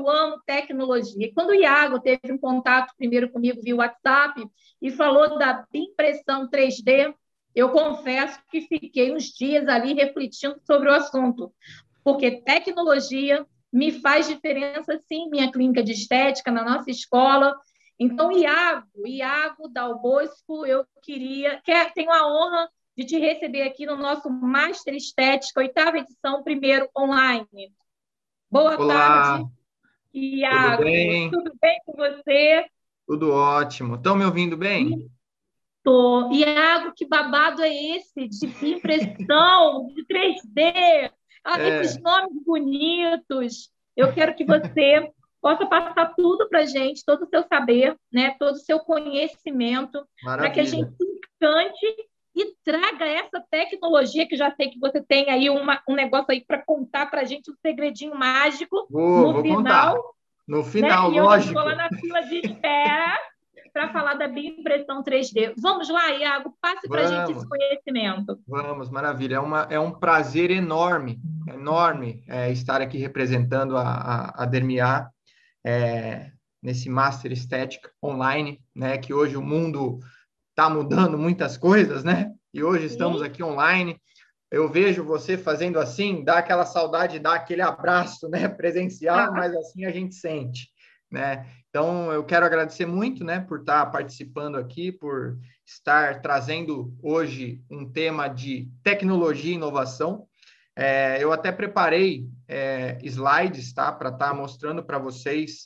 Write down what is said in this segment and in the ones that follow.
eu amo tecnologia. Quando o Iago teve um contato primeiro comigo via WhatsApp e falou da impressão 3D, eu confesso que fiquei uns dias ali refletindo sobre o assunto, porque tecnologia me faz diferença, sim, em minha clínica de estética, na nossa escola. Então, Iago Dal Bosco, tenho a honra de te receber aqui no nosso Master Estética, 8ª edição, primeiro online. Boa Olá, tarde, tudo Iago. bem? Tudo bem com você? Tudo ótimo. Estão me ouvindo bem? Tô. Iago, que babado é esse de impressão, de 3D? Ah, esses É, nomes bonitos. Eu quero que você possa passar tudo para a gente, todo o seu saber, né? Todo o seu conhecimento, para que a gente maravilha. se encante e traga essa tecnologia, que já sei que você tem aí um negócio aí para contar para a gente, um segredinho mágico no Vou contar. final, No né? final, E eu já estou lá lógico. na fila de espera para falar da bioimpressão 3D. Vamos lá, Iago, passe para a gente esse Vamos, conhecimento. vamos, maravilha. É um prazer enorme, enorme estar aqui representando a Dermiar nesse Master Estética online, né? Que hoje o mundo está mudando muitas coisas, né? E hoje estamos Sim? aqui online. Eu vejo você fazendo assim, dá aquela saudade, dá aquele abraço, né, presencial, Ah, mas assim a gente sente, né? Então, eu quero agradecer muito, né, por estar participando aqui, por estar trazendo hoje um tema de tecnologia e inovação. Eu até preparei slides, tá, para estar mostrando para vocês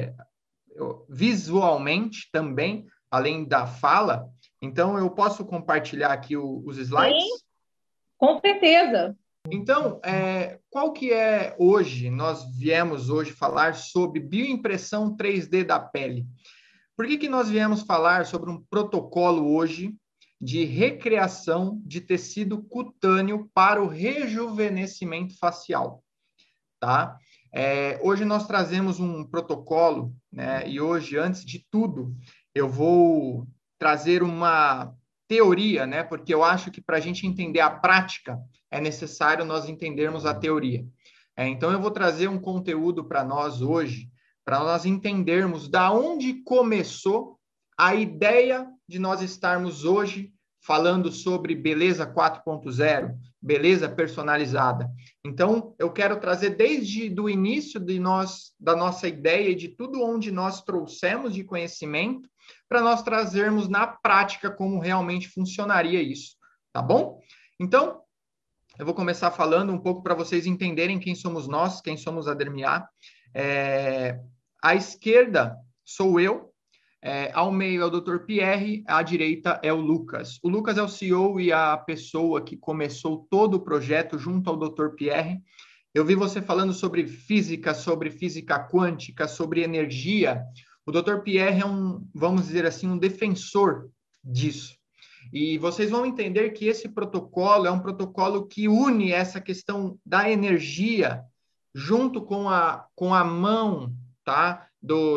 visualmente também, além da fala. Então, eu posso compartilhar aqui os sim, slides? com certeza. Então, qual que é hoje? Nós viemos hoje falar sobre bioimpressão 3D da pele. Por que nós viemos falar sobre um protocolo hoje de recriação de tecido cutâneo para o rejuvenescimento facial, tá? Hoje nós trazemos um protocolo, né? E hoje, antes de tudo, eu vou trazer uma teoria, né? Porque eu acho que para a gente entender a prática é necessário nós entendermos a teoria. Então, eu vou trazer um conteúdo para nós hoje, para nós entendermos da onde começou a ideia de nós estarmos hoje falando sobre beleza 4.0, beleza personalizada. Então, eu quero trazer desde o início da nossa ideia e de tudo onde nós trouxemos de conhecimento, para nós trazermos na prática como realmente funcionaria isso, tá bom? Então, eu vou começar falando um pouco para vocês entenderem quem somos nós, quem somos a Dermiar. À esquerda sou eu, ao meio é o Dr. Pierre, à direita é o Lucas. O Lucas é o CEO e a pessoa que começou todo o projeto junto ao Dr. Pierre. Eu vi você falando sobre física quântica, sobre energia. O Dr. Pierre é vamos dizer assim, um defensor disso. E vocês vão entender que esse protocolo é um protocolo que une essa questão da energia junto com a mão, tá?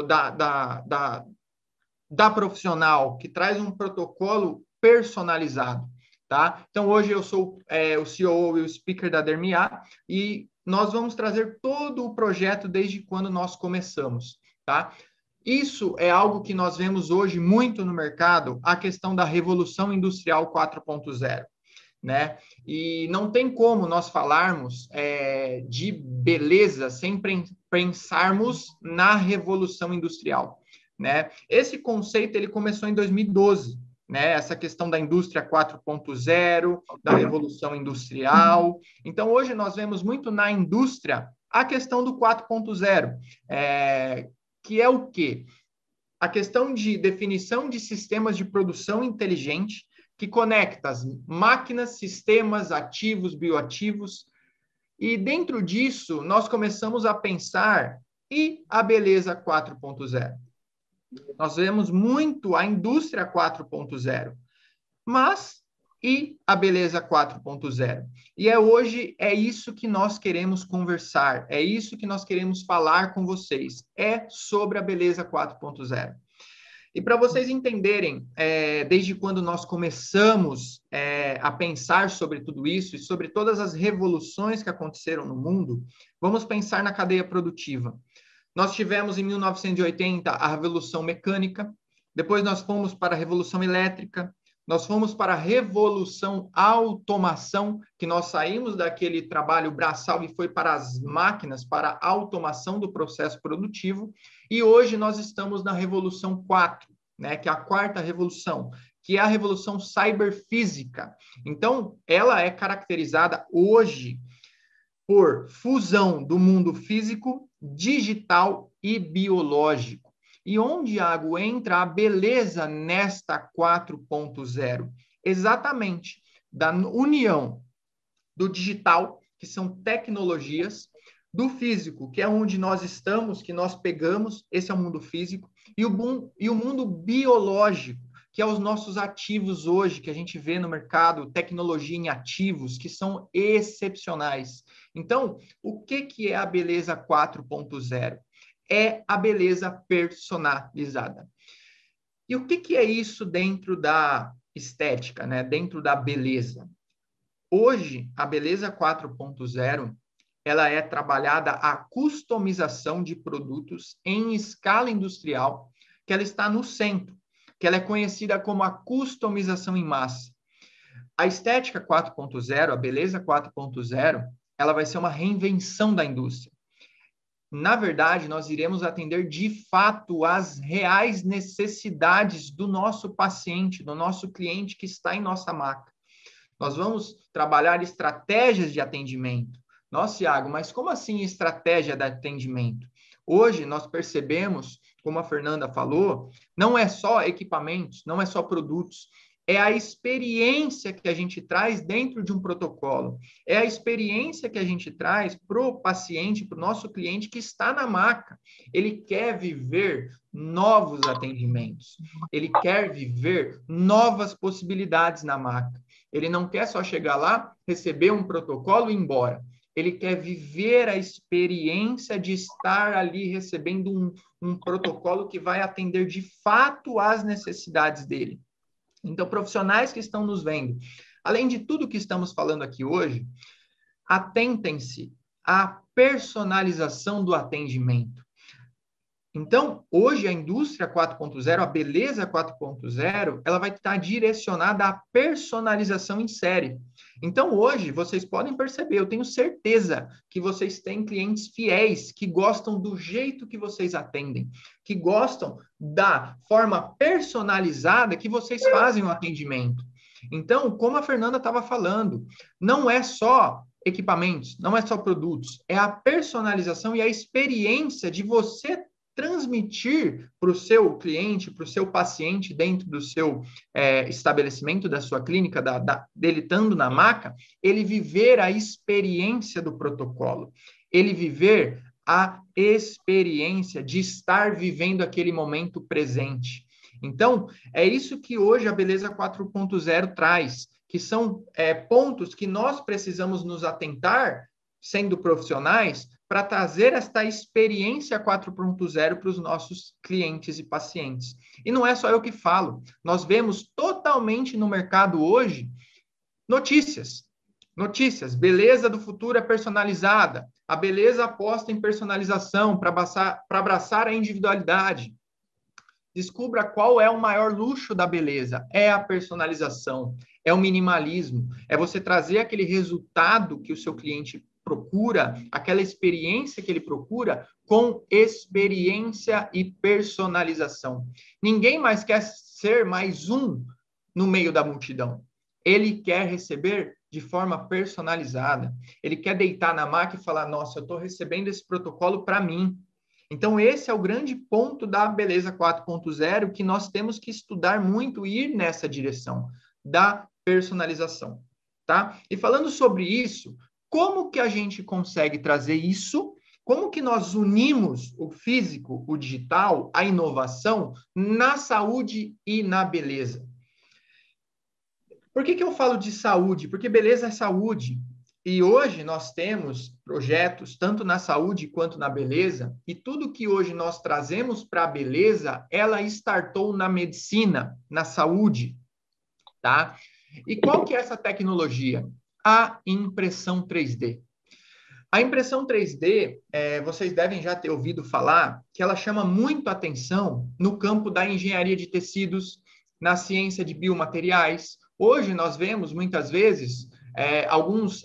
Da profissional, que traz um protocolo personalizado, tá? Então, hoje eu sou o CEO e o speaker da Dermiar e nós vamos trazer todo o projeto desde quando nós começamos, tá? Isso é algo que nós vemos hoje muito no mercado, a questão da Revolução Industrial 4.0, né? E não tem como nós falarmos de beleza sem pensarmos na Revolução Industrial, né? Esse conceito ele começou em 2012, né? Essa questão da indústria 4.0, da Revolução Industrial. Então, hoje nós vemos muito na indústria a questão do 4.0, que é o quê? A questão de definição de sistemas de produção inteligente que conecta as máquinas, sistemas ativos, bioativos, e dentro disso nós começamos a pensar e a beleza 4.0. Nós vemos muito a indústria 4.0, mas e a beleza 4.0. E hoje é isso que nós queremos conversar, é isso que nós queremos falar com vocês, é sobre a beleza 4.0. E para vocês entenderem, desde quando nós começamos a pensar sobre tudo isso e sobre todas as revoluções que aconteceram no mundo, vamos pensar na cadeia produtiva. Nós tivemos em 1980 a Revolução Mecânica, depois nós fomos para a Revolução Elétrica, nós fomos para a Revolução Automação, que nós saímos daquele trabalho braçal e foi para as máquinas, para a automação do processo produtivo, e hoje nós estamos na Revolução 4, né, que é a quarta revolução, que é a revolução cyberfísica. Então, ela é caracterizada hoje por fusão do mundo físico, digital e biológico. E onde, Iago, entra a beleza nesta 4.0? Exatamente, da união do digital, que são tecnologias, do físico, que é onde nós estamos, que nós pegamos, esse é o mundo físico, e o mundo biológico, que é os nossos ativos hoje, que a gente vê no mercado, tecnologia em ativos, que são excepcionais. Então, o que é a beleza 4.0? É a beleza personalizada. E o que é isso dentro da estética, né? Dentro da beleza? Hoje, a beleza 4.0, ela é trabalhada a customização de produtos em escala industrial, que ela está no centro, que ela é conhecida como a customização em massa. A estética 4.0, a beleza 4.0, ela vai ser uma reinvenção da indústria. Na verdade, nós iremos atender de fato às reais necessidades do nosso paciente, do nosso cliente que está em nossa maca. Nós vamos trabalhar estratégias de atendimento. Nossa, Iago, mas como assim estratégia de atendimento? Hoje nós percebemos, como a Fernanda falou, não é só equipamentos, não é só produtos, é a experiência que a gente traz dentro de um protocolo, é a experiência que a gente traz para o paciente, para o nosso cliente que está na maca. Ele quer viver novos atendimentos, ele quer viver novas possibilidades na maca. Ele não quer só chegar lá, receber um protocolo e ir embora. Ele quer viver a experiência de estar ali recebendo um protocolo que vai atender de fato às necessidades dele. Então, profissionais que estão nos vendo, além de tudo que estamos falando aqui hoje, atentem-se à personalização do atendimento. Então, hoje a indústria 4.0, a beleza 4.0, ela vai estar direcionada à personalização em série. Então, hoje, vocês podem perceber, eu tenho certeza que vocês têm clientes fiéis, que gostam do jeito que vocês atendem, que gostam da forma personalizada que vocês fazem o atendimento. Então, como a Fernanda estava falando, não é só equipamentos, não é só produtos, é a personalização e a experiência de você transmitir para o seu cliente, para o seu paciente dentro do seu estabelecimento, da sua clínica, dele estando na maca, ele viver a experiência do protocolo, ele viver a experiência de estar vivendo aquele momento presente. Então, é isso que hoje a Beleza 4.0 traz, que são pontos que nós precisamos nos atentar, sendo profissionais, para trazer esta experiência 4.0 para os nossos clientes e pacientes. E não é só eu que falo, nós vemos totalmente no mercado hoje notícias, beleza do futuro é personalizada, a beleza aposta em personalização para abraçar a individualidade. Descubra qual é o maior luxo da beleza, é a personalização, é o minimalismo, é você trazer aquele resultado que o seu cliente procura, aquela experiência que ele procura, com experiência e personalização. Ninguém mais quer ser mais um no meio da multidão. Ele quer receber de forma personalizada. Ele quer deitar na maca e falar, nossa, eu estou recebendo esse protocolo para mim. Então, esse é o grande ponto da Beleza 4.0 que nós temos que estudar muito e ir nessa direção da personalização, tá? E falando sobre isso, como que a gente consegue trazer isso? Como que nós unimos o físico, o digital, a inovação na saúde e na beleza? Por que eu falo de saúde? Porque beleza é saúde. E hoje nós temos projetos tanto na saúde quanto na beleza, e tudo que hoje nós trazemos para a beleza, ela startou na medicina, na saúde, tá? E qual que é essa tecnologia? A impressão 3D. A impressão 3D, vocês devem já ter ouvido falar que ela chama muito atenção no campo da engenharia de tecidos, na ciência de biomateriais. Hoje nós vemos, muitas vezes, alguns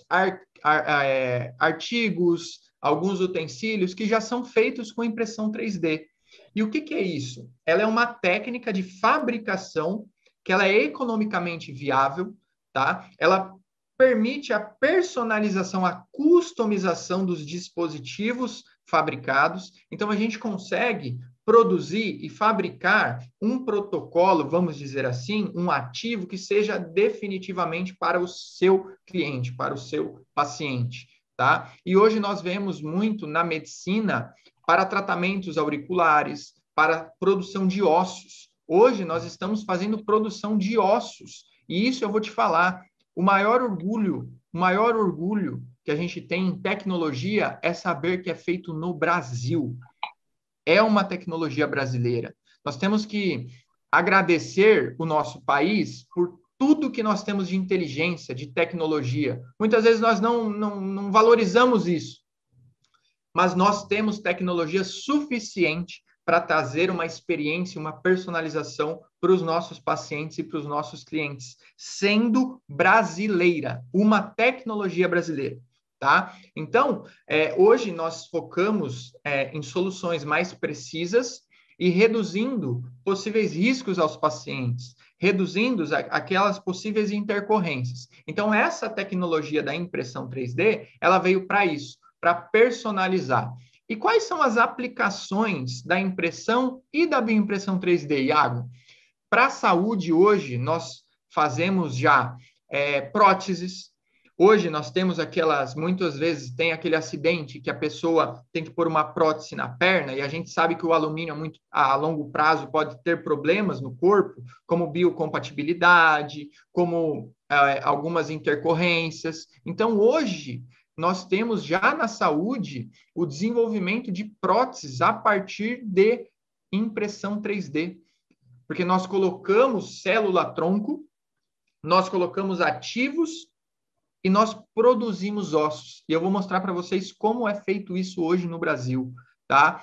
artigos, alguns utensílios que já são feitos com impressão 3D. E o que é isso? Ela é uma técnica de fabricação que ela é economicamente viável, tá? Ela permite a personalização, a customização dos dispositivos fabricados. Então, a gente consegue produzir e fabricar um protocolo, vamos dizer assim, um ativo que seja definitivamente para o seu cliente, para o seu paciente, tá? E hoje nós vemos muito na medicina para tratamentos auriculares, para produção de ossos. Hoje nós estamos fazendo produção de ossos. E isso eu vou te falar, o maior orgulho que a gente tem em tecnologia é saber que é feito no Brasil. É uma tecnologia brasileira. Nós temos que agradecer o nosso país por tudo que nós temos de inteligência, de tecnologia. Muitas vezes nós não valorizamos isso, mas nós temos tecnologia suficiente para trazer uma experiência, uma personalização para os nossos pacientes e para os nossos clientes, sendo brasileira, uma tecnologia brasileira, tá? Então, hoje nós focamos em soluções mais precisas e reduzindo possíveis riscos aos pacientes, reduzindo aquelas possíveis intercorrências. Então, essa tecnologia da impressão 3D, ela veio para isso, para personalizar. E quais são as aplicações da impressão e da bioimpressão 3D, Iago? Para a saúde, hoje, nós fazemos já próteses. Hoje, nós temos muitas vezes tem aquele acidente que a pessoa tem que pôr uma prótese na perna, e a gente sabe que o alumínio a longo prazo pode ter problemas no corpo, como biocompatibilidade, como algumas intercorrências. Então, hoje, nós temos já na saúde o desenvolvimento de próteses a partir de impressão 3D. Porque nós colocamos célula-tronco, nós colocamos ativos e nós produzimos ossos. E eu vou mostrar para vocês como é feito isso hoje no Brasil, tá?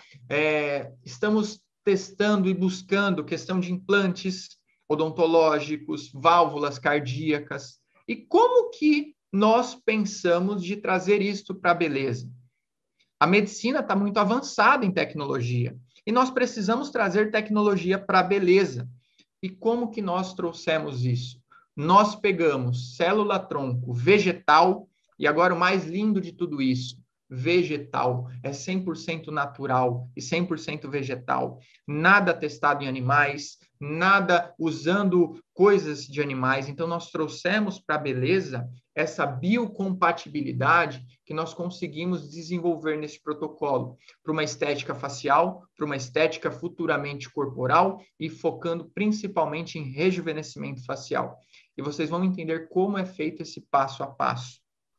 Estamos testando e buscando questão de implantes odontológicos, válvulas cardíacas. E como que nós pensamos de trazer isso para a beleza? A medicina está muito avançada em tecnologia e nós precisamos trazer tecnologia para a beleza. E como que nós trouxemos isso? Nós pegamos célula-tronco vegetal e agora o mais lindo de tudo isso, vegetal, é 100% natural e 100% vegetal, nada testado em animais, nada usando coisas de animais. Então, nós trouxemos para a beleza essa biocompatibilidade que nós conseguimos desenvolver nesse protocolo, para uma estética facial, para uma estética futuramente corporal e focando principalmente em rejuvenescimento facial. E vocês vão entender como é feito esse passo a passo.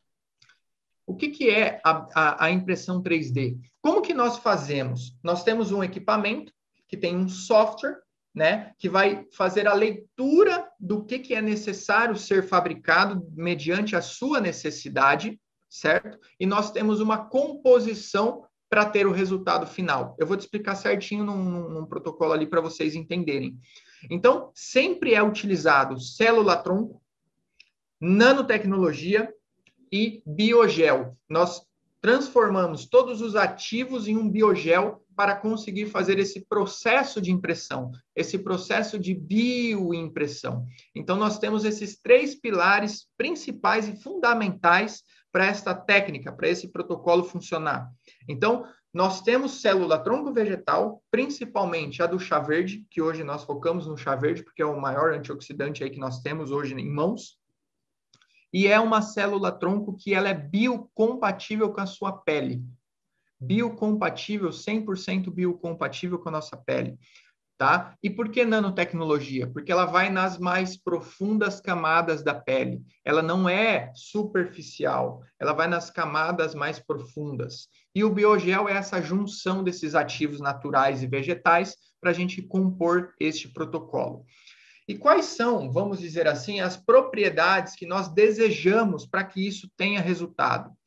O que é a impressão 3D? Como que nós fazemos? Nós temos um equipamento que tem um software, né, que vai fazer a leitura do que é necessário ser fabricado mediante a sua necessidade, certo? E nós temos uma composição para ter o resultado final. Eu vou te explicar certinho num protocolo ali para vocês entenderem. Então, sempre é utilizado célula-tronco, nanotecnologia e biogel. Nós transformamos todos os ativos em um biogel para conseguir fazer esse processo de impressão, esse processo de bioimpressão. Então, nós temos esses 3 pilares principais e fundamentais para esta técnica, para esse protocolo funcionar. Então, nós temos célula-tronco vegetal, principalmente a do chá verde, que hoje nós focamos no chá verde, porque é o maior antioxidante aí que nós temos hoje em mãos. E é uma célula-tronco que ela é biocompatível com a sua pele. Biocompatível, 100% biocompatível com a nossa pele, tá? E por que nanotecnologia? Porque ela vai nas mais profundas camadas da pele. Ela não é superficial, ela vai nas camadas mais profundas. E o biogel é essa junção desses ativos naturais e vegetais para a gente compor este protocolo. E quais são, vamos dizer assim, as propriedades que nós desejamos para que isso tenha resultado?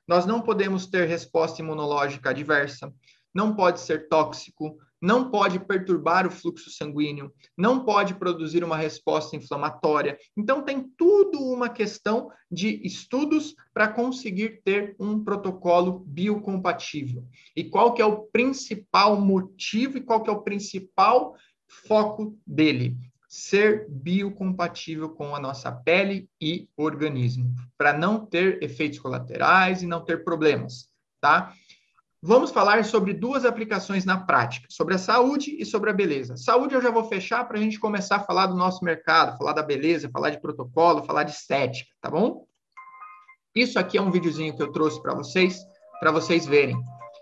nós não podemos ter resposta imunológica adversa, não pode ser tóxico, não pode perturbar o fluxo sanguíneo, não pode produzir uma resposta inflamatória. Então, tem tudo uma questão de estudos para conseguir ter um protocolo biocompatível. E qual que é o principal motivo e qual que é o principal foco dele? Ser biocompatível com a nossa pele e organismo, para não ter efeitos colaterais e não ter problemas, tá? Vamos falar sobre duas aplicações na prática, sobre a saúde e sobre a beleza. Saúde eu já vou fechar para a gente começar a falar do nosso mercado, falar da beleza, falar de protocolo, falar de estética, tá bom? Isso aqui é um videozinho que eu trouxe para vocês verem.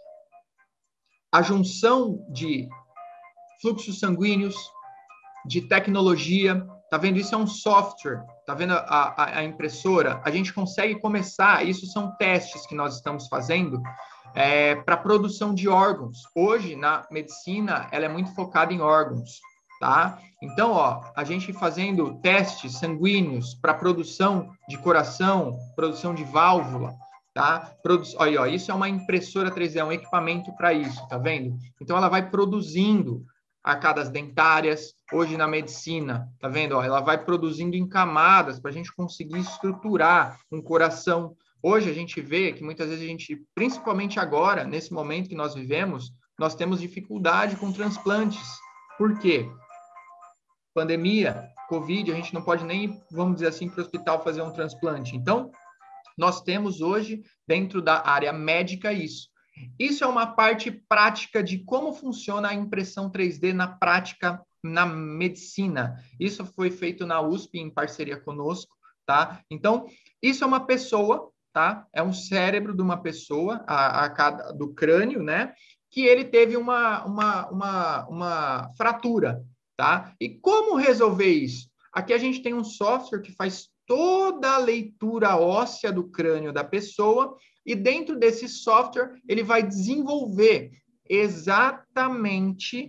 A junção de fluxos sanguíneos, de tecnologia, tá vendo? Isso é um software, tá vendo a impressora? A gente consegue começar, isso são testes que nós estamos fazendo, para produção de órgãos. Hoje, na medicina, ela é muito focada em órgãos, tá? Então, ó, a gente fazendo testes sanguíneos para produção de coração, produção de válvula, tá? Olha, ó, isso é uma impressora 3D, é um equipamento para isso, tá vendo? Então, ela vai produzindo arcadas dentárias, hoje na medicina, tá vendo? Ó, ela vai produzindo em camadas para a gente conseguir estruturar um coração. Hoje a gente vê que muitas vezes a gente, principalmente agora, nesse momento que nós vivemos, nós temos dificuldade com transplantes. Por quê? Pandemia, Covid, a gente não pode nem, vamos dizer assim, para o hospital fazer um transplante. Então, nós temos hoje, dentro da área médica, isso. Isso é uma parte prática de como funciona a impressão 3D na prática na medicina. Isso foi feito na USP em parceria conosco, tá? Então, isso é uma pessoa, tá? É um cérebro de uma pessoa, do crânio, né? Que ele teve uma fratura, tá? E como resolver isso? Aqui a gente tem um software que faz toda a leitura óssea do crânio da pessoa e dentro desse software ele vai desenvolver exatamente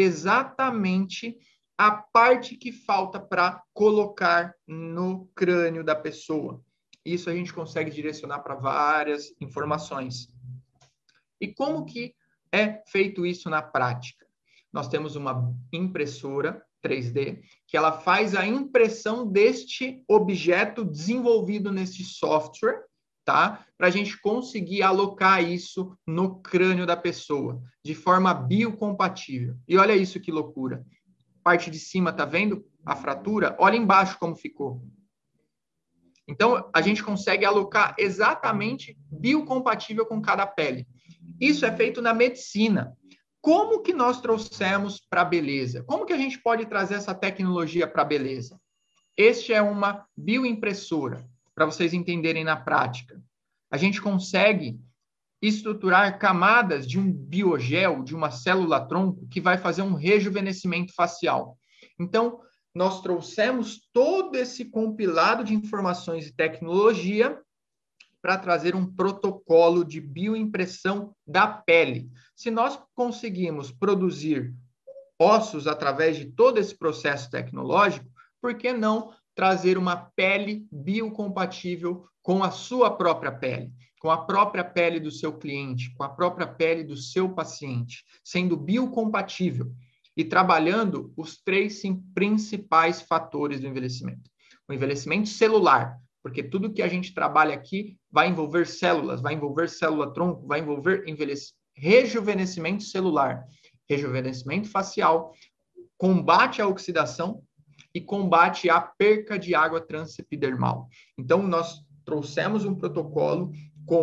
a parte que falta para colocar no crânio da pessoa. Isso a gente consegue direcionar para várias informações. E como que é feito isso na prática? Nós temos uma impressora 3D, que ela faz a impressão deste objeto desenvolvido nesse software, tá? Para a gente conseguir alocar isso no crânio da pessoa, de forma biocompatível. E olha isso que loucura. Parte de cima, tá vendo? A fratura? Olha embaixo como ficou. Então, a gente consegue alocar exatamente biocompatível com cada pele. Isso é feito na medicina. Como que nós trouxemos para a beleza? Como que a gente pode trazer essa tecnologia para a beleza? Este é uma bioimpressora, para vocês entenderem na prática. A gente consegue estruturar camadas de um biogel, de uma célula-tronco, que vai fazer um rejuvenescimento facial. Então, nós trouxemos todo esse compilado de informações e tecnologia para trazer um protocolo de bioimpressão da pele. Se nós conseguimos produzir ossos através de todo esse processo tecnológico, por que não trazer uma pele biocompatível com a sua própria pele, com a própria pele do seu cliente, com a própria pele do seu paciente, sendo biocompatível e trabalhando os três principais fatores do envelhecimento. O envelhecimento celular, porque tudo que a gente trabalha aqui vai envolver células, vai envolver célula-tronco, vai envolver rejuvenescimento celular, rejuvenescimento facial, combate à oxidação e combate à perca de água transepidermal. Então, nós trouxemos um protocolo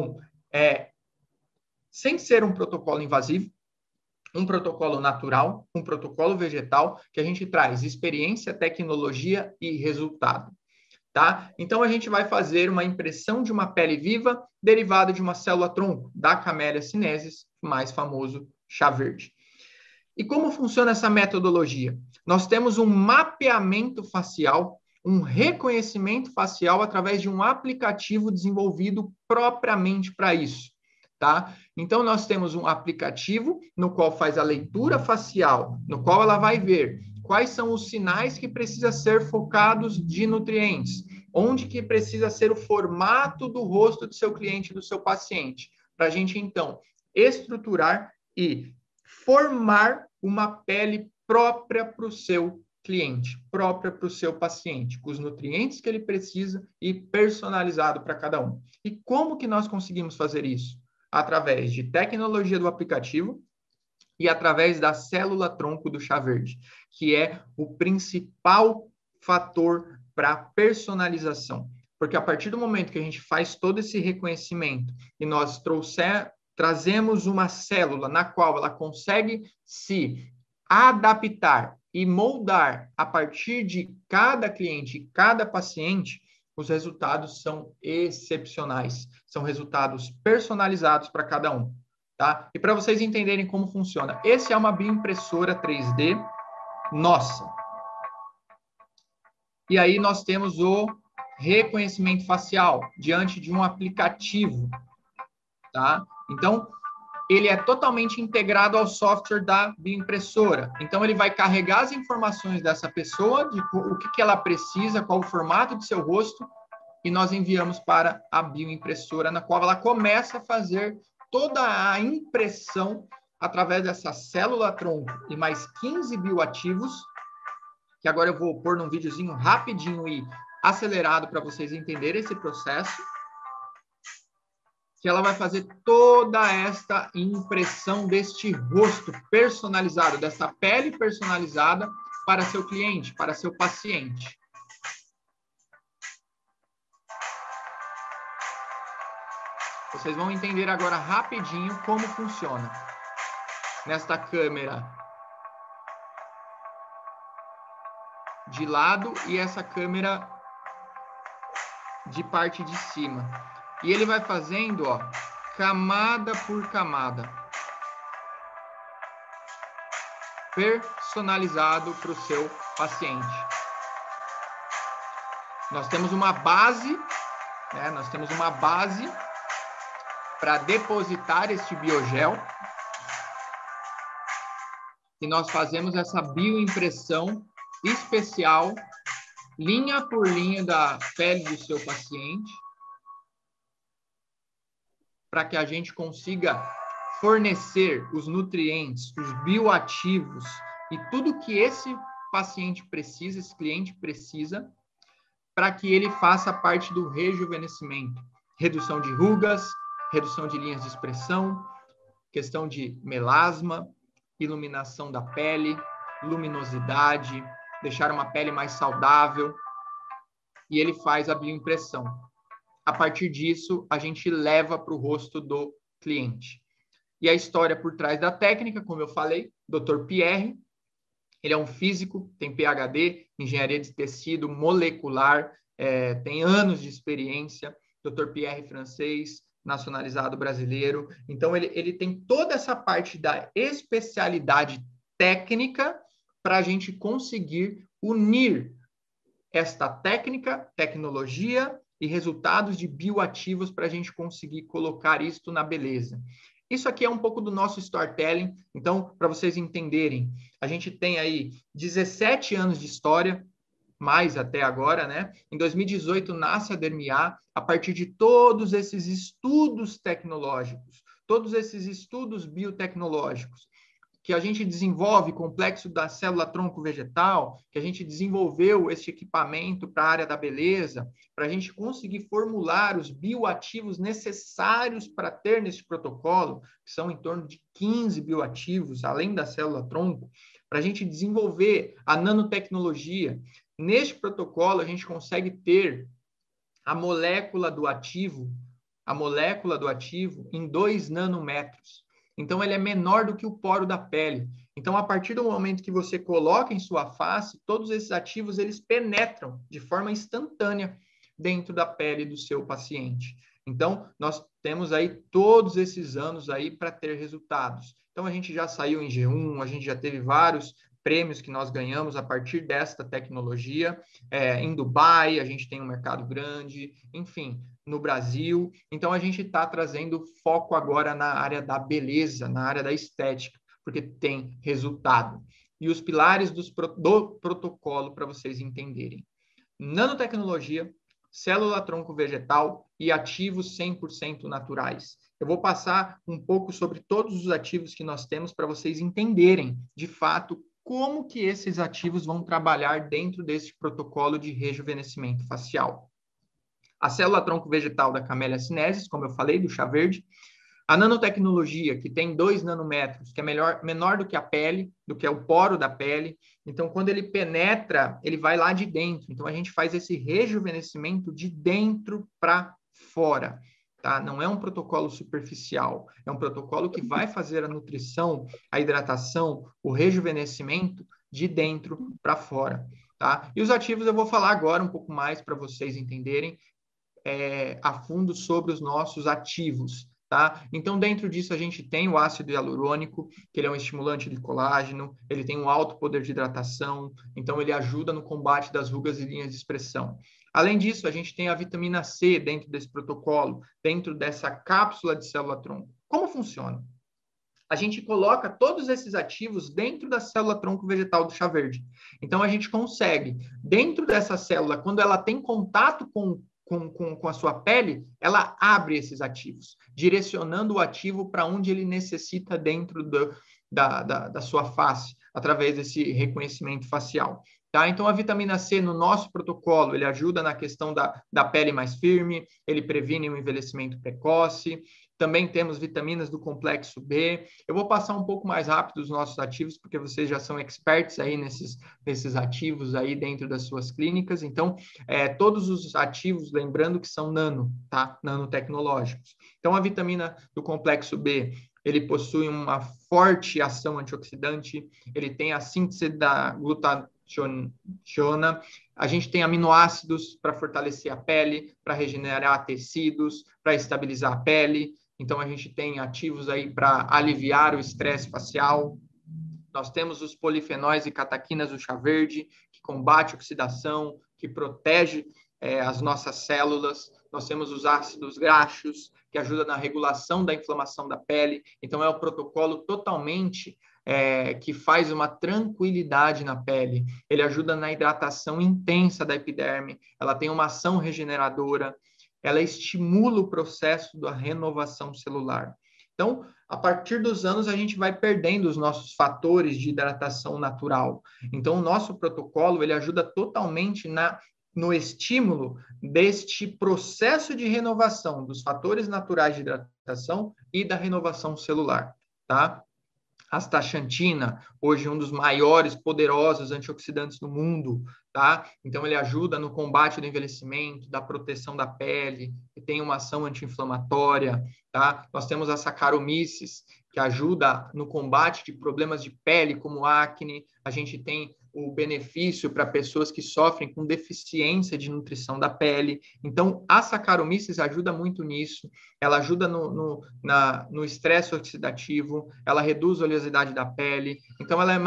sem ser um protocolo invasivo, um protocolo natural, um protocolo vegetal, que a gente traz experiência, tecnologia e resultado. Tá? Então, a gente vai fazer uma impressão de uma pele viva derivada de uma célula-tronco, da Camellia sinensis, mais famoso chá verde. E como funciona essa metodologia? Nós temos um mapeamento facial, um reconhecimento facial através de um aplicativo desenvolvido propriamente para isso. Tá? Então, nós temos um aplicativo no qual faz a leitura facial, no qual ela vai ver quais são os sinais que precisam ser focados de nutrientes, Onde que precisa ser o formato do rosto do seu cliente, do seu paciente, para a gente, então, estruturar e formar uma pele própria para o seu cliente, própria para o seu paciente, com os nutrientes que ele precisa e personalizado para cada um. E como que nós conseguimos fazer isso? Através de tecnologia do aplicativo e através da célula-tronco do chá verde, que é o principal fator para personalização. Porque a partir do momento que a gente faz todo esse reconhecimento e nós trazemos uma célula na qual ela consegue se adaptar e moldar a partir de cada cliente, cada paciente, os resultados são excepcionais. São resultados personalizados para cada um. Tá? E para vocês entenderem como funciona, esse é uma bioimpressora 3D nossa. E aí nós temos o reconhecimento facial diante de um aplicativo, tá? Então, ele é totalmente integrado ao software da bioimpressora. Então, ele vai carregar as informações dessa pessoa, de o que ela precisa, qual o formato de seu rosto, e nós enviamos para a bioimpressora, na qual ela começa a fazer toda a impressão através dessa célula-tronco e mais 15 bioativos, que agora eu vou pôr num videozinho rapidinho e acelerado para vocês entenderem esse processo, que ela vai fazer toda esta impressão deste rosto personalizado, dessa pele personalizada para seu cliente, para seu paciente. Vocês vão entender agora rapidinho como funciona. Nesta câmera de lado e essa câmera de parte de cima. E ele vai fazendo, ó, camada por camada. Personalizado para o seu paciente. Nós temos uma base, né? Nós temos uma base para depositar este biogel. E nós fazemos essa bioimpressão especial, linha por linha da pele do seu paciente, para que a gente consiga fornecer os nutrientes, os bioativos e tudo que esse paciente precisa, esse cliente precisa, para que ele faça parte do rejuvenescimento. Redução de rugas, redução de linhas de expressão, questão de melasma, iluminação da pele, luminosidade, deixar uma pele mais saudável. E ele faz a bioimpressão. A partir disso, a gente leva para o rosto do cliente. E a história por trás da técnica, como eu falei, Dr. Pierre, ele é um físico, tem PhD, engenharia de tecido molecular, tem anos de experiência, Dr. Pierre francês, nacionalizado brasileiro. Então, ele tem toda essa parte da especialidade técnica para a gente conseguir unir esta técnica, tecnologia e resultados de bioativos para a gente conseguir colocar isto na beleza. Isso aqui é um pouco do nosso storytelling. Então, para vocês entenderem, a gente tem aí 17 anos de história, mais até agora, né? Em 2018 nasce a Dermiar, a partir de todos esses estudos tecnológicos, todos esses estudos biotecnológicos, que a gente desenvolve complexo da célula-tronco vegetal, que a gente desenvolveu esse equipamento para a área da beleza, para a gente conseguir formular os bioativos necessários para ter nesse protocolo, que são em torno de 15 bioativos, além da célula-tronco, para a gente desenvolver a nanotecnologia. Neste protocolo, a gente consegue ter a molécula do ativo em 2 nanômetros. Então, ele é menor do que o poro da pele. Então, a partir do momento que você coloca em sua face, todos esses ativos, eles penetram de forma instantânea dentro da pele do seu paciente. Então, nós temos aí todos esses anos aí para ter resultados. Então, a gente já saiu em G1, a gente já teve vários prêmios que nós ganhamos a partir desta tecnologia. Em Dubai, a gente tem um mercado grande, enfim, no Brasil. Então, a gente está trazendo foco agora na área da beleza, na área da estética, porque tem resultado. E os pilares do protocolo, para vocês entenderem. Nanotecnologia, célula-tronco vegetal e ativos 100% naturais. Eu vou passar um pouco sobre todos os ativos que nós temos para vocês entenderem, de fato, como que esses ativos vão trabalhar dentro desse protocolo de rejuvenescimento facial. A célula-tronco vegetal da Camellia sinensis, como eu falei, do chá verde. A nanotecnologia, que tem 2 nanômetros, que é menor do que a pele, do que é o poro da pele. Então, quando ele penetra, ele vai lá de dentro. Então, a gente faz esse rejuvenescimento de dentro para fora. Tá? Não é um protocolo superficial, é um protocolo que vai fazer a nutrição, a hidratação, o rejuvenescimento de dentro para fora. Tá? E os ativos eu vou falar agora um pouco mais para vocês entenderem a fundo sobre os nossos ativos. Tá? Então, dentro disso, a gente tem o ácido hialurônico, que ele é um estimulante de colágeno, ele tem um alto poder de hidratação, então ele ajuda no combate das rugas e linhas de expressão. Além disso, a gente tem a vitamina C dentro desse protocolo, dentro dessa cápsula de célula-tronco. Como funciona? A gente coloca todos esses ativos dentro da célula-tronco vegetal do chá verde. Então, a gente consegue, dentro dessa célula, quando ela tem contato com a sua pele, ela abre esses ativos, direcionando o ativo para onde ele necessita dentro da sua face, através desse reconhecimento facial. Tá? Então, a vitamina C no nosso protocolo, ele ajuda na questão da pele mais firme, ele previne o envelhecimento precoce. Também temos vitaminas do complexo B. Eu vou passar um pouco mais rápido os nossos ativos, porque vocês já são experts aí nesses ativos aí dentro das suas clínicas. Então, todos os ativos, lembrando que são tá? Nanotecnológicos. Então, a vitamina do complexo B, ele possui uma forte ação antioxidante, ele tem a síntese da glutationa, a gente tem aminoácidos para fortalecer a pele, para regenerar tecidos, para estabilizar a pele. Então, a gente tem ativos aí para aliviar o estresse facial. Nós temos os polifenóis e cataquinas do chá verde, que combate a oxidação, que protege as nossas células. Nós temos os ácidos graxos, que ajudam na regulação da inflamação da pele. Então, é um protocolo totalmente que faz uma tranquilidade na pele. Ele ajuda na hidratação intensa da epiderme. Ela tem uma ação regeneradora. Ela estimula o processo da renovação celular. Então, a partir dos anos, a gente vai perdendo os nossos fatores de hidratação natural. Então, o nosso protocolo, ele ajuda totalmente no estímulo deste processo de renovação dos fatores naturais de hidratação e da renovação celular, tá? Astaxantina, hoje um dos maiores, poderosos antioxidantes do mundo, tá? Então, ele ajuda no combate do envelhecimento, da proteção da pele, e tem uma ação anti-inflamatória, tá? Nós temos a Saccharomyces, que ajuda no combate de problemas de pele, como acne. A gente tem o benefício para pessoas que sofrem com deficiência de nutrição da pele. Então, a Saccharomyces ajuda muito nisso. Ela ajuda no estresse oxidativo, ela reduz a oleosidade da pele. Então, ela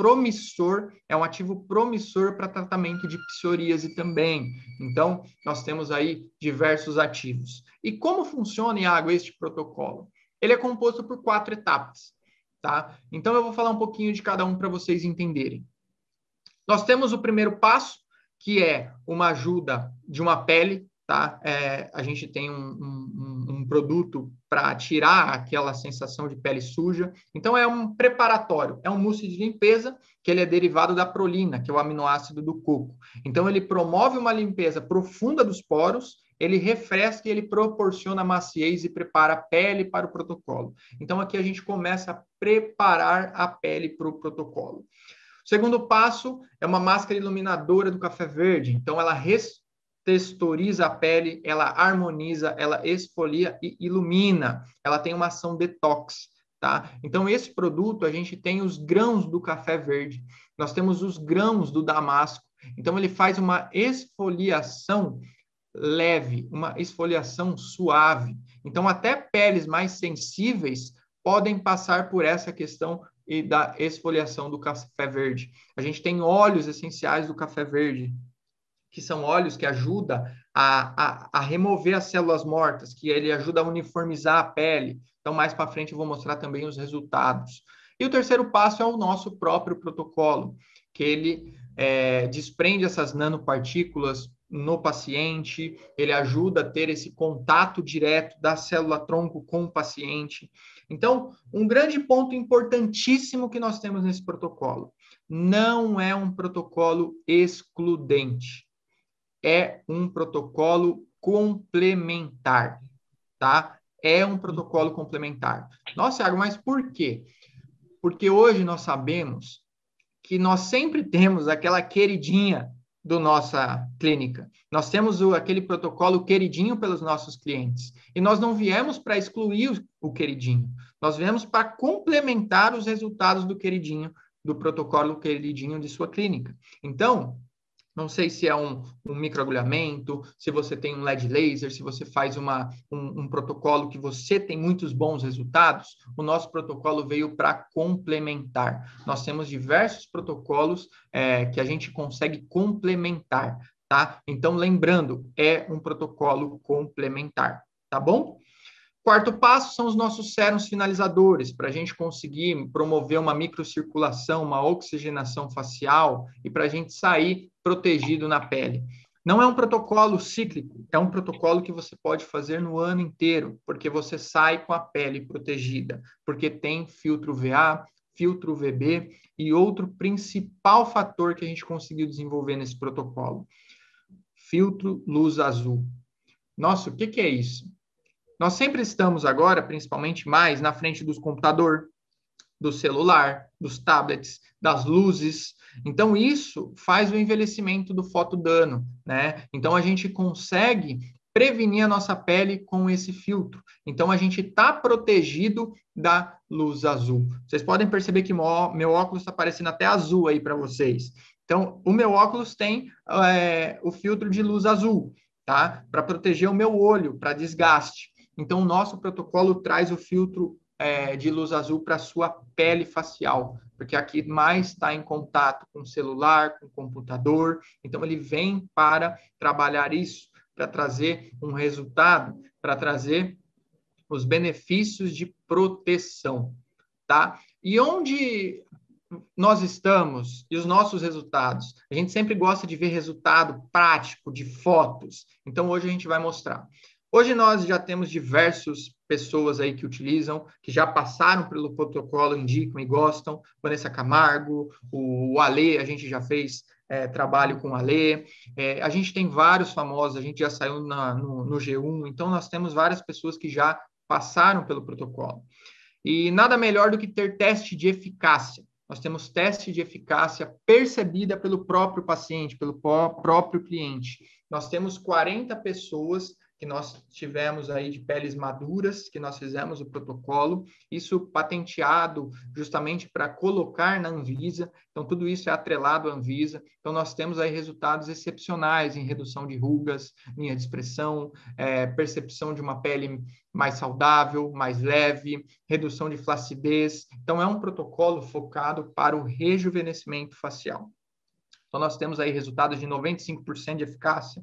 é um ativo promissor para tratamento de psoríase também. Então, nós temos aí diversos ativos. E como funciona, Iago, este protocolo? Ele é composto por 4 etapas, tá? Então, eu vou falar um pouquinho de cada um para vocês entenderem. Nós temos o primeiro passo, que é uma ajuda de uma pele, tá? A gente tem um produto para tirar aquela sensação de pele suja. Então, é um preparatório, é um mousse de limpeza, que ele é derivado da prolina, que é o aminoácido do coco. Então, ele promove uma limpeza profunda dos poros, ele refresca e ele proporciona maciez e prepara a pele para o protocolo. Então, aqui a gente começa a preparar a pele para o protocolo. O segundo passo é uma máscara iluminadora do café verde. Então, ela texturiza a pele, ela harmoniza, ela esfolia e ilumina. Ela tem uma ação detox, tá? Então, esse produto, a gente tem os grãos do café verde. Nós temos os grãos do damasco. Então, ele faz uma esfoliação leve, uma esfoliação suave. Então, até peles mais sensíveis podem passar por essa questão e da esfoliação do café verde. A gente tem óleos essenciais do café verde, que são óleos que ajudam a remover as células mortas, que ele ajuda a uniformizar a pele. Então, mais para frente, eu vou mostrar também os resultados. E o terceiro passo é o nosso próprio protocolo, que ele desprende essas nanopartículas no paciente, ele ajuda a ter esse contato direto da célula-tronco com o paciente. Então, um grande ponto importantíssimo que nós temos nesse protocolo, não é um protocolo excludente, é um protocolo complementar, tá? É um protocolo complementar. Nossa, Thiago, mas por quê? Porque hoje nós sabemos que nós sempre temos aquela queridinha da nossa clínica. Nós temos aquele protocolo queridinho pelos nossos clientes. E nós não viemos para excluir o queridinho. Nós viemos para complementar os resultados do queridinho, do protocolo queridinho de sua clínica. Então, não sei se é um microagulhamento, se você tem um LED laser, se você faz um protocolo que você tem muitos bons resultados, o nosso protocolo veio para complementar. Nós temos diversos protocolos que a gente consegue complementar, tá? Então, lembrando, é um protocolo complementar, tá bom? Quarto passo são os nossos sérums finalizadores, para a gente conseguir promover uma microcirculação, uma oxigenação facial e para a gente sair protegido na pele. Não é um protocolo cíclico, é um protocolo que você pode fazer no ano inteiro, porque você sai com a pele protegida, porque tem filtro VA, filtro VB e outro principal fator que a gente conseguiu desenvolver nesse protocolo, filtro luz azul. Nossa, o que é isso? Nós sempre estamos agora, principalmente mais, na frente dos computadores, do celular, dos tablets, das luzes. Então, isso faz o envelhecimento do fotodano, né? Então, a gente consegue prevenir a nossa pele com esse filtro. Então, a gente está protegido da luz azul. Vocês podem perceber que meu óculos está parecendo até azul aí para vocês. Então, o meu óculos tem o filtro de luz azul, tá? Para proteger o meu olho, para desgaste. Então, o nosso protocolo traz o filtro de luz azul para a sua pele facial, porque aqui mais está em contato com o celular, com o computador. Então, ele vem para trabalhar isso, para trazer um resultado, para trazer os benefícios de proteção, tá? E onde nós estamos e os nossos resultados? A gente sempre gosta de ver resultado prático, de fotos. Então, hoje a gente vai mostrar. Hoje nós já temos diversas pessoas aí que utilizam, que já passaram pelo protocolo, indicam e gostam. Vanessa Camargo, o Ale, a gente já fez trabalho com o Ale. A gente tem vários famosos, a gente já saiu no G1, então nós temos várias pessoas que já passaram pelo protocolo. E nada melhor do que ter teste de eficácia. Nós temos teste de eficácia percebida pelo próprio paciente, pelo próprio cliente. Nós temos 40 pessoas que nós tivemos aí de peles maduras, que nós fizemos o protocolo, isso patenteado justamente para colocar na Anvisa, então tudo isso é atrelado à Anvisa, então nós temos aí resultados excepcionais em redução de rugas, linha de expressão, percepção de uma pele mais saudável, mais leve, redução de flacidez, então é um protocolo focado para o rejuvenescimento facial. Então nós temos aí resultados de 95% de eficácia,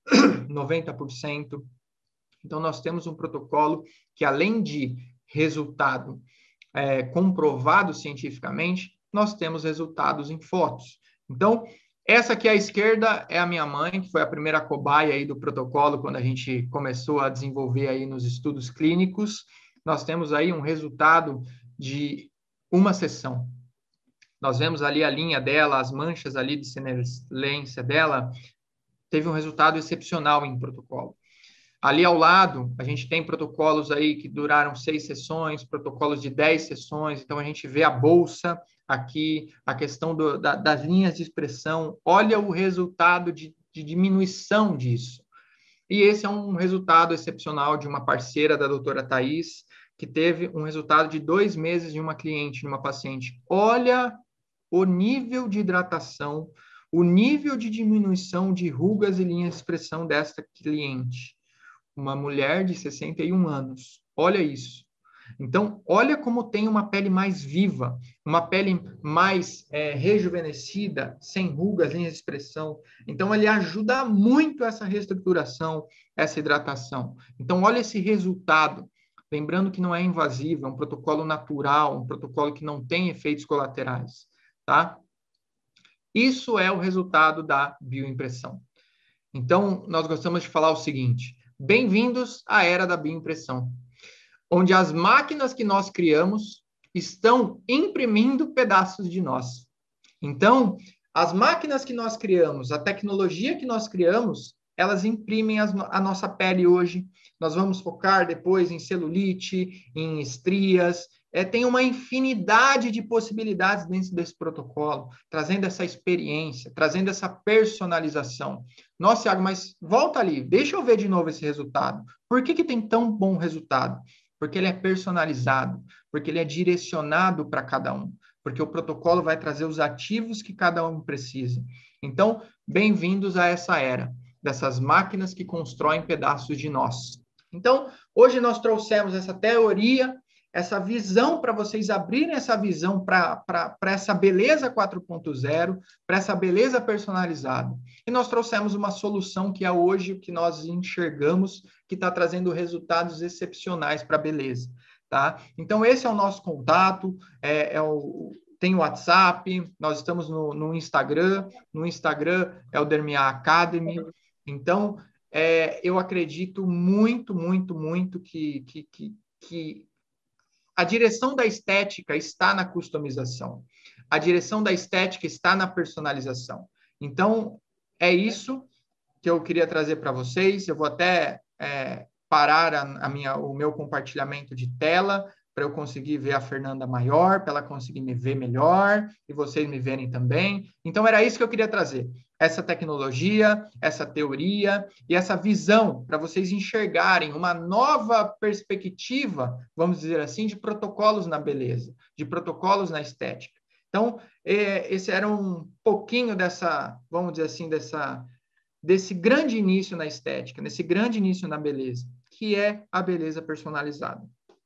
90%. Então, nós temos um protocolo que, além de resultado comprovado cientificamente, nós temos resultados em fotos. Então, essa aqui à esquerda é a minha mãe, que foi a primeira cobaia aí do protocolo quando a gente começou a desenvolver aí nos estudos clínicos. Nós temos aí um resultado de uma sessão. Nós vemos ali a linha dela, as manchas ali de senescência dela, teve um resultado excepcional em protocolo. Ali ao lado, a gente tem protocolos aí que duraram 6 sessões, protocolos de 10 sessões, então a gente vê a bolsa aqui, a questão das linhas de expressão, olha o resultado de diminuição disso. E esse é um resultado excepcional de uma parceira da doutora Thais, que teve um resultado de 2 meses de uma cliente, de uma paciente. Olha o nível de hidratação, o nível de diminuição de rugas e linhas de expressão desta cliente. Uma mulher de 61 anos. Olha isso. Então, olha como tem uma pele mais viva, uma pele mais rejuvenescida, sem rugas, linhas de expressão. Então, ele ajuda muito essa reestruturação, essa hidratação. Então, olha esse resultado. Lembrando que não é invasivo, é um protocolo natural, um protocolo que não tem efeitos colaterais, tá? Isso é o resultado da bioimpressão. Então, nós gostamos de falar o seguinte: bem-vindos à era da bioimpressão, onde as máquinas que nós criamos estão imprimindo pedaços de nós. Então, as máquinas que nós criamos, a tecnologia que nós criamos, elas imprimem a nossa pele hoje. Nós vamos focar depois em celulite, em estrias. Tem uma infinidade de possibilidades dentro desse protocolo, trazendo essa experiência, trazendo essa personalização. Nossa, Thiago, mas volta ali, deixa eu ver de novo esse resultado. Por que tem tão bom resultado? Porque ele é personalizado, porque ele é direcionado para cada um, porque o protocolo vai trazer os ativos que cada um precisa. Então, bem-vindos a essa era dessas máquinas que constroem pedaços de nós. Então, hoje nós trouxemos essa teoria, essa visão para vocês abrirem essa visão para essa beleza 4.0, para essa beleza personalizada. E nós trouxemos uma solução que é hoje o que nós enxergamos que está trazendo resultados excepcionais para a beleza. Tá? Então, esse é o nosso contato, tem o WhatsApp, nós estamos no Instagram é o Dermiar Academy. Então, eu acredito muito, muito, muito que a direção da estética está na customização. A direção da estética está na personalização. Então, é isso que eu queria trazer para vocês. Eu vou até parar o meu compartilhamento de tela para eu conseguir ver a Fernanda maior, para ela conseguir me ver melhor e vocês me verem também. Então, era isso que eu queria trazer. Essa tecnologia, essa teoria e essa visão para vocês enxergarem uma nova perspectiva, vamos dizer assim, de protocolos na beleza, de protocolos na estética. Então, esse era um pouquinho dessa, vamos dizer assim, desse grande início na estética, nesse grande início na beleza, que é a beleza personalizada.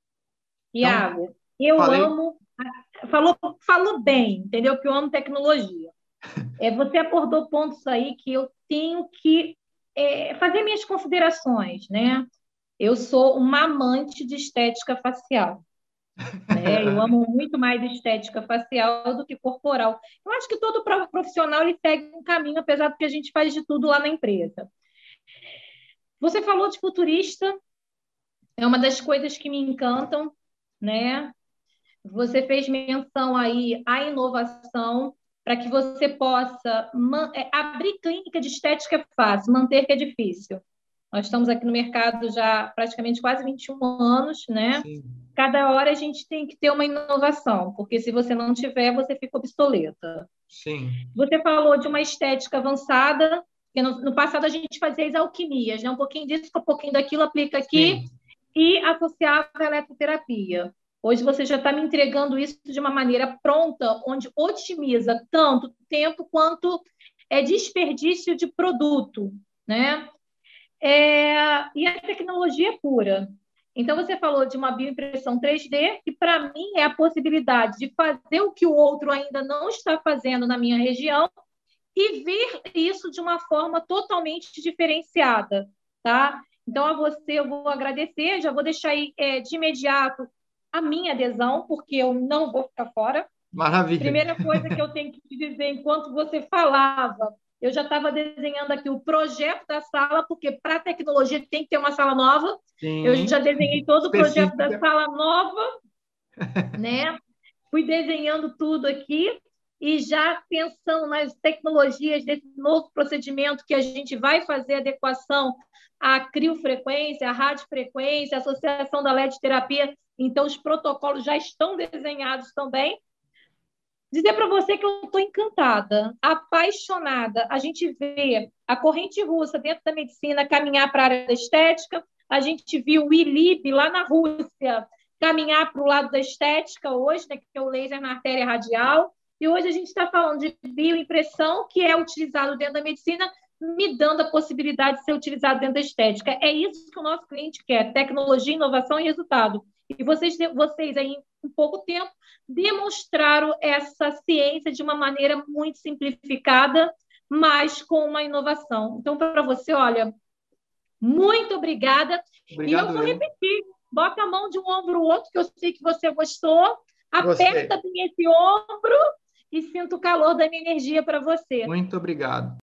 Iago, eu amo, falou bem, entendeu? Que eu amo tecnologia. Você abordou pontos aí que eu tenho que fazer minhas considerações, né? Eu sou uma amante de estética facial, né? Eu amo muito mais estética facial do que corporal. Eu acho que todo profissional ele segue um caminho, apesar de que a gente faz de tudo lá na empresa. Você falou de futurista, é uma das coisas que me encantam, né? Você fez menção aí à inovação para que você possa abrir clínica de estética é fácil, manter que é difícil. Nós estamos aqui no mercado já praticamente quase 21 anos, né? Sim. Cada hora a gente tem que ter uma inovação, porque se você não tiver, você fica obsoleta. Sim. Você falou de uma estética avançada, porque no passado a gente fazia as alquimias, né? Um pouquinho disso, um pouquinho daquilo, aplica aqui. Sim. E associava a eletroterapia. Hoje você já está me entregando isso de uma maneira pronta, onde otimiza tanto tempo quanto desperdício de produto, né? E a tecnologia é pura. Então, você falou de uma bioimpressão 3D, que para mim é a possibilidade de fazer o que o outro ainda não está fazendo na minha região e ver isso de uma forma totalmente diferenciada, tá? Então, a você eu vou agradecer, já vou deixar aí de imediato a minha adesão, porque eu não vou ficar fora. Maravilha. Primeira coisa que eu tenho que te dizer, enquanto você falava, eu já estava desenhando aqui o projeto da sala, porque para a tecnologia tem que ter uma sala nova. Sim. Eu já desenhei todo o projeto da sala nova, né? Fui desenhando tudo aqui e já pensando nas tecnologias desse novo procedimento que a gente vai fazer adequação à criofrequência, à radiofrequência, à associação da LED-terapia. Então, os protocolos já estão desenhados também. Dizer para você que eu estou encantada, apaixonada. A gente vê a corrente russa dentro da medicina caminhar para a área da estética, a gente viu o ILIB lá na Rússia caminhar para o lado da estética hoje, né, que é o laser na artéria radial, e hoje a gente está falando de bioimpressão, que é utilizado dentro da medicina, me dando a possibilidade de ser utilizado dentro da estética. É isso que o nosso cliente quer, tecnologia, inovação e resultado. E vocês aí, em pouco tempo, demonstraram essa ciência de uma maneira muito simplificada, mas com uma inovação. Então, para você, olha, muito obrigada. Obrigado, e eu vou repetir, bota a mão de um ombro no outro, que eu sei que você gostou, aperta bem esse ombro e sinto o calor da minha energia para você. Muito obrigado.